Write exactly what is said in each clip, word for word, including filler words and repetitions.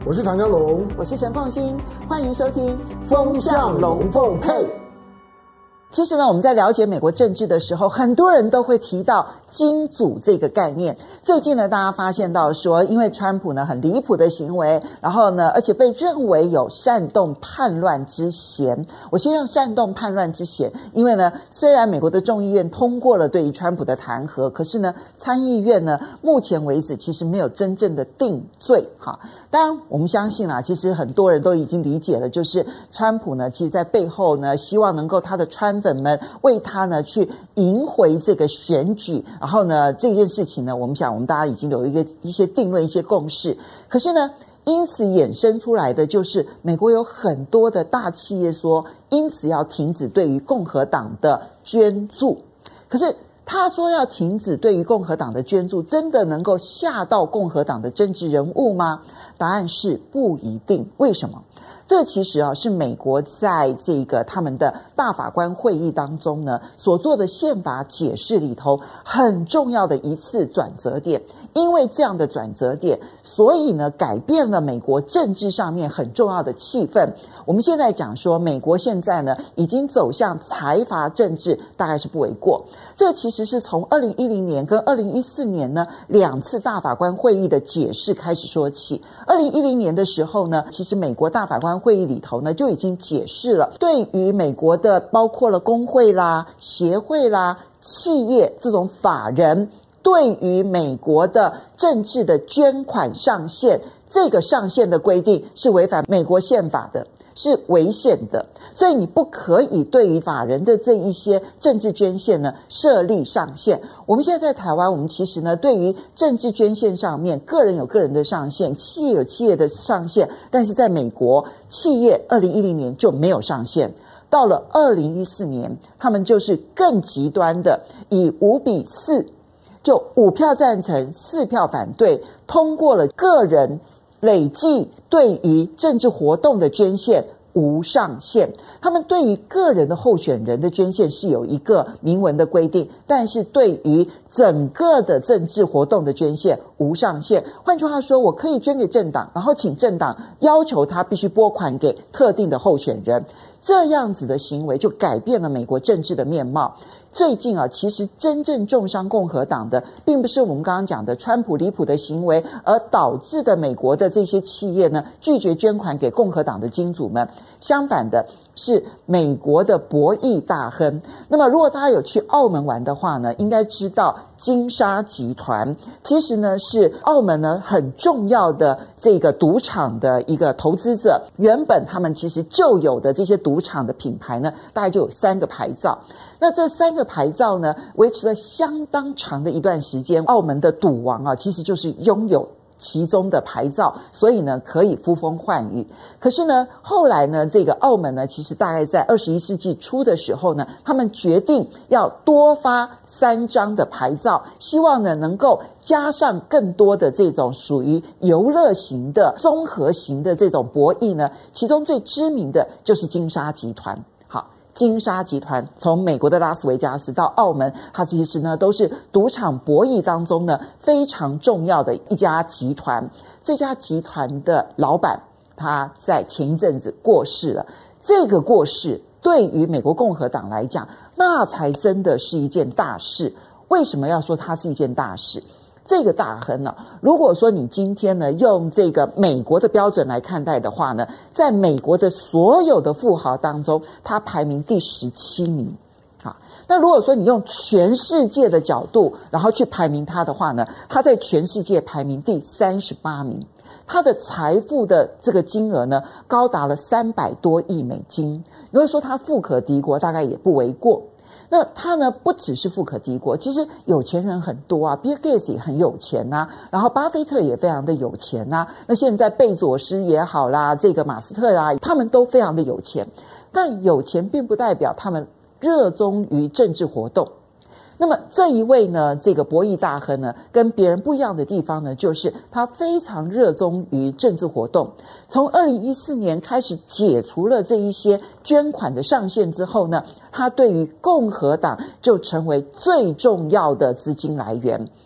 我是唐湘龙， 我是陈凤馨，欢迎收听风向龙凤配。 其实呢，我们在了解美国政治的时候，很多人都会提到金主这个概念。最近呢，大家发现到说，因为川普呢很离谱的行为，然后呢，而且被认为有煽动叛乱之嫌。我先用煽动叛乱之嫌，因为呢，虽然美国的众议院通过了对于川普的弹劾，可是呢，参议院呢，目前为止其实没有真正的定罪。哈，当然我们相信啦，其实很多人都已经理解了，就是川普呢，其实在背后呢，希望能够他的川粉们为他呢去赢回这个选举，然后呢这件事情呢，我们想我们大家已经有一个一些定论、一些共识。可是呢，因此衍生出来的就是美国有很多的大企业说，因此要停止对于共和党的捐助。可是他说要停止对于共和党的捐助，真的能够吓到共和党的政治人物吗？答案是不一定。为什么？这其实啊是美国在这个他们的大法官会议当中呢所做的宪法解释里头很重要的一次转折点。因为这样的转折点，所以呢改变了美国政治上面很重要的气氛。我们现在讲说美国现在呢已经走向财阀政治，大概是不为过。这其实是从二零一零年跟二零一四年呢两次大法官会议的解释开始说起。二零一零年的时候呢，其实美国大法官会议里头呢就已经解释了，对于美国的包括了工会啦、协会啦、企业这种法人，对于美国的政治的捐款上限，这个上限的规定是违反美国宪法的，是违宪的。所以你不可以对于法人的这一些政治捐献呢设立上限。我们现在在台湾，我们其实呢对于政治捐献上面，个人有个人的上限，企业有企业的上限，但是在美国企业二零一零年就没有上限。到了二零一四年，他们就是更极端的，以五比四，就五票赞成四票反对，通过了个人累计对于政治活动的捐献无上限。他们对于个人的候选人的捐献是有一个明文的规定，但是对于整个的政治活动的捐献无上限。换句话说，我可以捐给政党，然后请政党要求他必须拨款给特定的候选人。这样子的行为就改变了美国政治的面貌。最近啊，其实真正重伤共和党的，并不是我们刚刚讲的川普离谱的行为，而导致的美国的这些企业呢拒绝捐款给共和党的金主们。相反的是美国的博弈大亨。那么如果大家有去澳门玩的话呢，应该知道金沙集团其实呢是澳门呢很重要的这个赌场的一个投资者。原本他们其实就有的这些赌场的品牌呢，大概就有三个牌照。那这三个牌照呢维持了相当长的一段时间。澳门的赌王啊，其实就是拥有其中的牌照，所以呢可以呼风唤雨。可是呢后来呢这个澳门呢，其实大概在二十一世纪初的时候呢，他们决定要多发三张的牌照，希望呢能够加上更多的这种属于游乐型的综合型的这种博弈呢，其中最知名的就是金沙集团。金沙集团从美国的拉斯维加斯到澳门，它其实呢都是赌场博弈当中呢非常重要的一家集团。这家集团的老板他在前一阵子过世了，这个过世对于美国共和党来讲，那才真的是一件大事。为什么要说它是一件大事？这个大亨呢、啊，如果说你今天呢用这个美国的标准来看待的话呢，在美国的所有的富豪当中，他排名第十七名。好，那如果说你用全世界的角度，然后去排名他的话呢，他在全世界排名第三十八名。他的财富的这个金额呢，高达了三百多亿美金。如果说他富可敌国，大概也不为过。那他呢不只是富可敌国，其实有钱人很多啊， Bill Gates 也很有钱啊，然后巴菲特也非常的有钱啊，那现在贝佐斯也好啦，这个马斯特啊，他们都非常的有钱。但有钱并不代表他们热衷于政治活动。那么这一位呢，这个博弈大亨呢，跟别人不一样的地方呢，就是他非常热衷于政治活动。从二零一四年开始解除了这一些捐款的上限之后呢，他对于共和党就成为最重要的资金来源。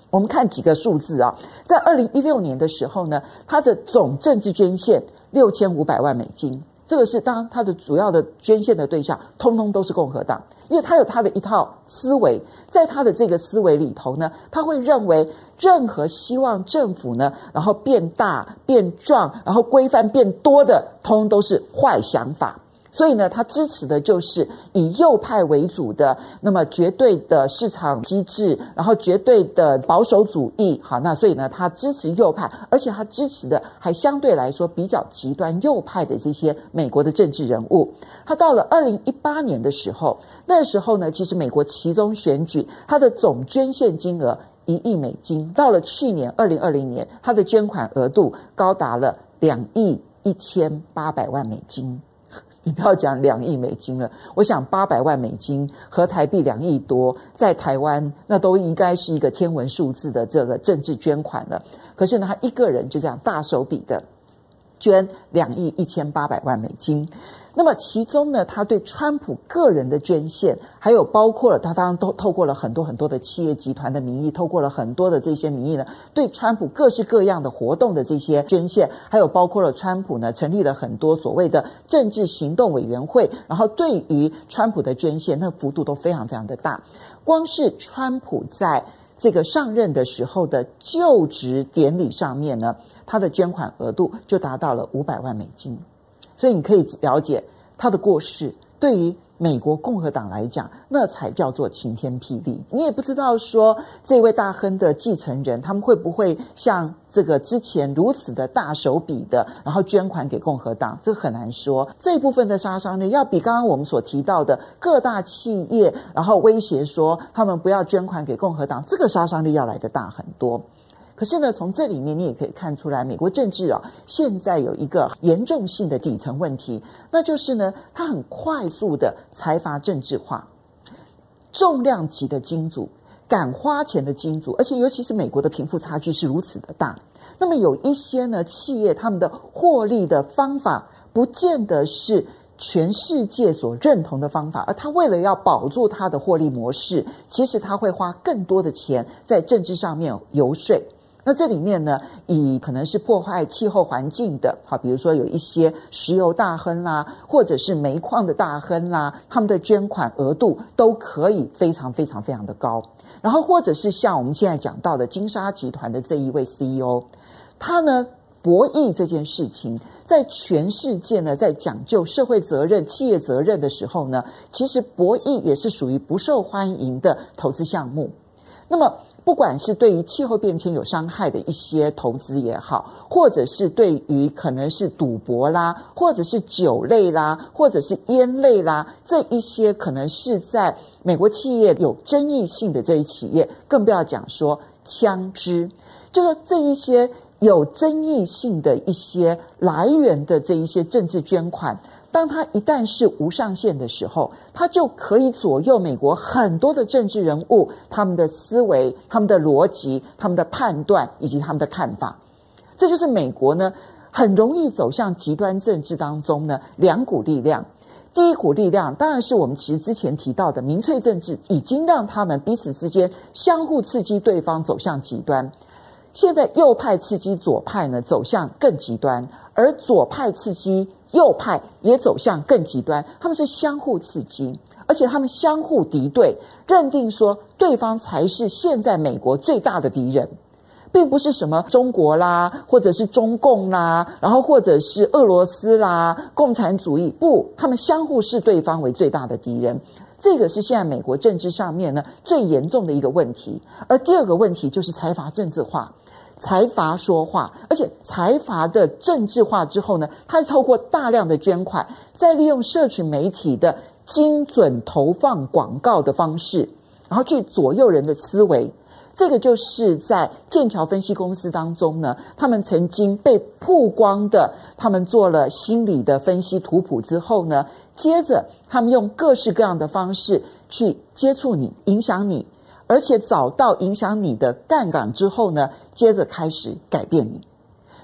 我们看几个数字啊，在二零一六年的时候呢，他的总政治捐献六千五百万美金，这个是当然他的主要的捐献的对象通通都是共和党，因为他有他的一套思维，在他的这个思维里头呢，他会认为任何希望政府呢然后变大变壮然后规范变多的通通都是坏想法，所以呢他支持的就是以右派为主的那么绝对的市场机制，然后绝对的保守主义。好，那所以呢他支持右派，而且他支持的还相对来说比较极端右派的这些美国的政治人物。他到了二零一八年的时候，那时候呢其实美国期中选举他的总捐献金额一亿美金，到了去年二零二零年他的捐款额度高达了两亿一千八百万美金。你不要讲两亿美金了，我想八百万美金和台币两亿多，在台湾那都应该是一个天文数字的这个政治捐款了。可是呢，他一个人就这样大手笔的捐两亿一千八百万美金。那么其中呢，他对川普个人的捐献，还有包括了他当然都透过了很多很多的企业集团的名义，透过了很多的这些名义呢，对川普各式各样的活动的这些捐献，还有包括了川普呢成立了很多所谓的政治行动委员会，然后对于川普的捐献那幅度都非常非常的大。光是川普在这个上任的时候的就职典礼上面呢，他的捐款额度就达到了五百万美金。所以你可以了解他的过世对于美国共和党来讲，那才叫做晴天霹雳。你也不知道说这位大亨的继承人他们会不会像这个之前如此的大手笔的然后捐款给共和党，这很难说。这一部分的杀伤力要比刚刚我们所提到的各大企业然后威胁说他们不要捐款给共和党，这个杀伤力要来得大很多。可是呢，从这里面你也可以看出来，美国政治啊，现在有一个严重性的底层问题，那就是呢，它很快速的财阀政治化，重量级的金主，敢花钱的金主，而且尤其是美国的贫富差距是如此的大。那么有一些呢企业，他们的获利的方法，不见得是全世界所认同的方法，而他为了要保住他的获利模式，其实他会花更多的钱在政治上面游说。那这里面呢，以可能是破坏气候环境的，好，比如说有一些石油大亨啦，或者是煤矿的大亨啦，他们的捐款额度都可以非常非常非常的高。然后或者是像我们现在讲到的金沙集团的这一位 C E O， 他呢博弈这件事情，在全世界呢，在讲究社会责任、企业责任的时候呢，其实博弈也是属于不受欢迎的投资项目。那么不管是对于气候变迁有伤害的一些投资也好，或者是对于可能是赌博啦，或者是酒类啦，或者是烟类啦，这一些可能是在美国企业有争议性的这一企业，更不要讲说枪支，就是这一些有争议性的一些来源的这一些政治捐款，当它一旦是无上限的时候，它就可以左右美国很多的政治人物他们的思维、他们的逻辑、他们的判断以及他们的看法。这就是美国呢很容易走向极端政治当中呢两股力量。第一股力量当然是我们其实之前提到的民粹政治，已经让他们彼此之间相互刺激对方走向极端。现在右派刺激左派呢走向更极端，而左派刺激右派也走向更极端，他们是相互刺激，而且他们相互敌对，认定说对方才是现在美国最大的敌人，并不是什么中国啦，或者是中共啦，然后或者是俄罗斯啦，共产主义，不，他们相互视对方为最大的敌人。这个是现在美国政治上面呢最严重的一个问题。而第二个问题就是财阀政治化，财阀说话，而且财阀的政治化之后呢，他透过大量的捐款，再利用社群媒体的精准投放广告的方式，然后去左右人的思维。这个就是在剑桥分析公司当中呢，他们曾经被曝光的，他们做了心理的分析图谱之后呢，接着他们用各式各样的方式去接触你，影响你，而且找到影响你的杠杆之后呢，接着开始改变你。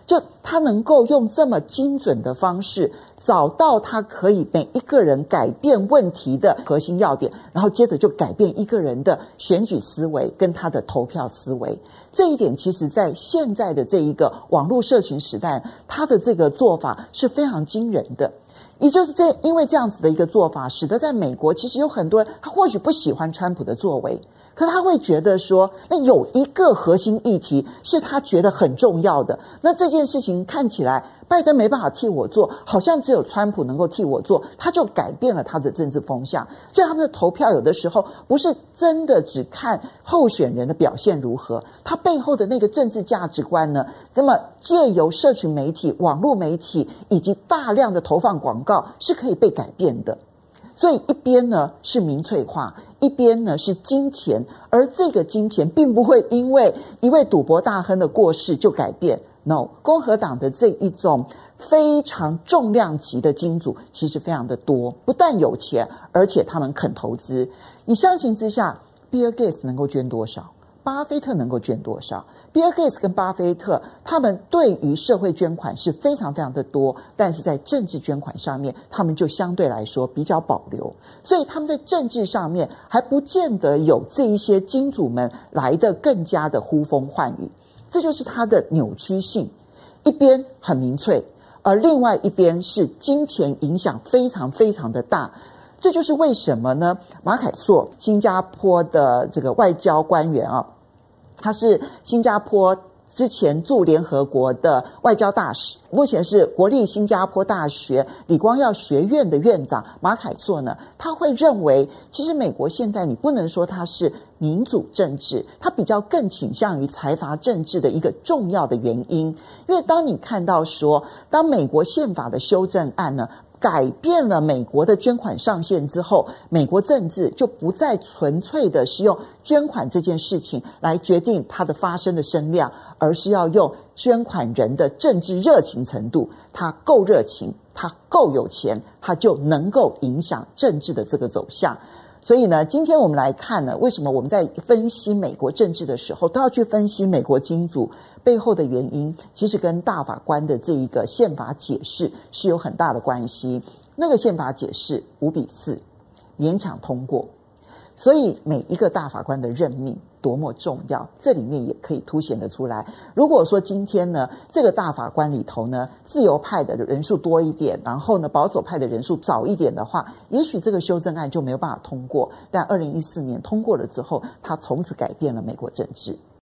就他能够用这么精准的方式找到他可以每一个人改变问题的核心要点，然后接着就改变一个人的选举思维跟他的投票思维。这一点其实在现在的这一个网络社群时代，他的这个做法是非常惊人的。也就是这因为这样子的一个做法，使得在美国其实有很多人他或许不喜欢川普的作为，可他会觉得说，那有一个核心议题是他觉得很重要的，那这件事情看起来拜登没办法替我做，好像只有川普能够替我做，他就改变了他的政治风向。所以他们的投票有的时候不是真的只看候选人的表现如何，他背后的那个政治价值观呢，那么借由社群媒体、网络媒体以及大量的投放广告是可以被改变的。所以一边呢是民粹化，一边呢是金钱，而这个金钱并不会因为一位赌博大亨的过世就改变。No， 共和党的这一种非常重量级的金主其实非常的多，不但有钱，而且他们肯投资。你相形之下 Bill Gates 能够捐多少？巴菲特能够捐多少？比尔盖茨跟巴菲特他们对于社会捐款是非常非常的多，但是在政治捐款上面他们就相对来说比较保留，所以他们在政治上面还不见得有这一些金主们来的更加的呼风唤雨。这就是它的扭曲性，一边很民粹，而另外一边是金钱影响非常非常的大。这就是为什么呢？马凯硕，新加坡的这个外交官员啊，他是新加坡之前驻联合国的外交大使，目前是国立新加坡大学李光耀学院的院长。马凯硕呢，他会认为，其实美国现在你不能说它是民主政治，它比较更倾向于财阀政治的一个重要的原因。因为当你看到说，当美国宪法的修正案呢，改变了美国的捐款上限之后，美国政治就不再纯粹的是用捐款这件事情来决定它的发生的声量，而是要用捐款人的政治热情程度，他够热情，他够有钱，他就能够影响政治的这个走向。所以呢，今天我们来看呢，为什么我们在分析美国政治的时候都要去分析美国金主背后的原因，其实跟大法官的这一个宪法解释是有很大的关系。那个宪法解释五比四勉强通过，所以每一个大法官的任命多么重要，这里面也可以凸显得出来。如果说今天呢，这个大法官里头呢，自由派的人数多一点，然后呢，保守派的人数少一点的话，也许这个修正案就没有办法通过。但二零一四年通过了之后，它从此改变了美国政治。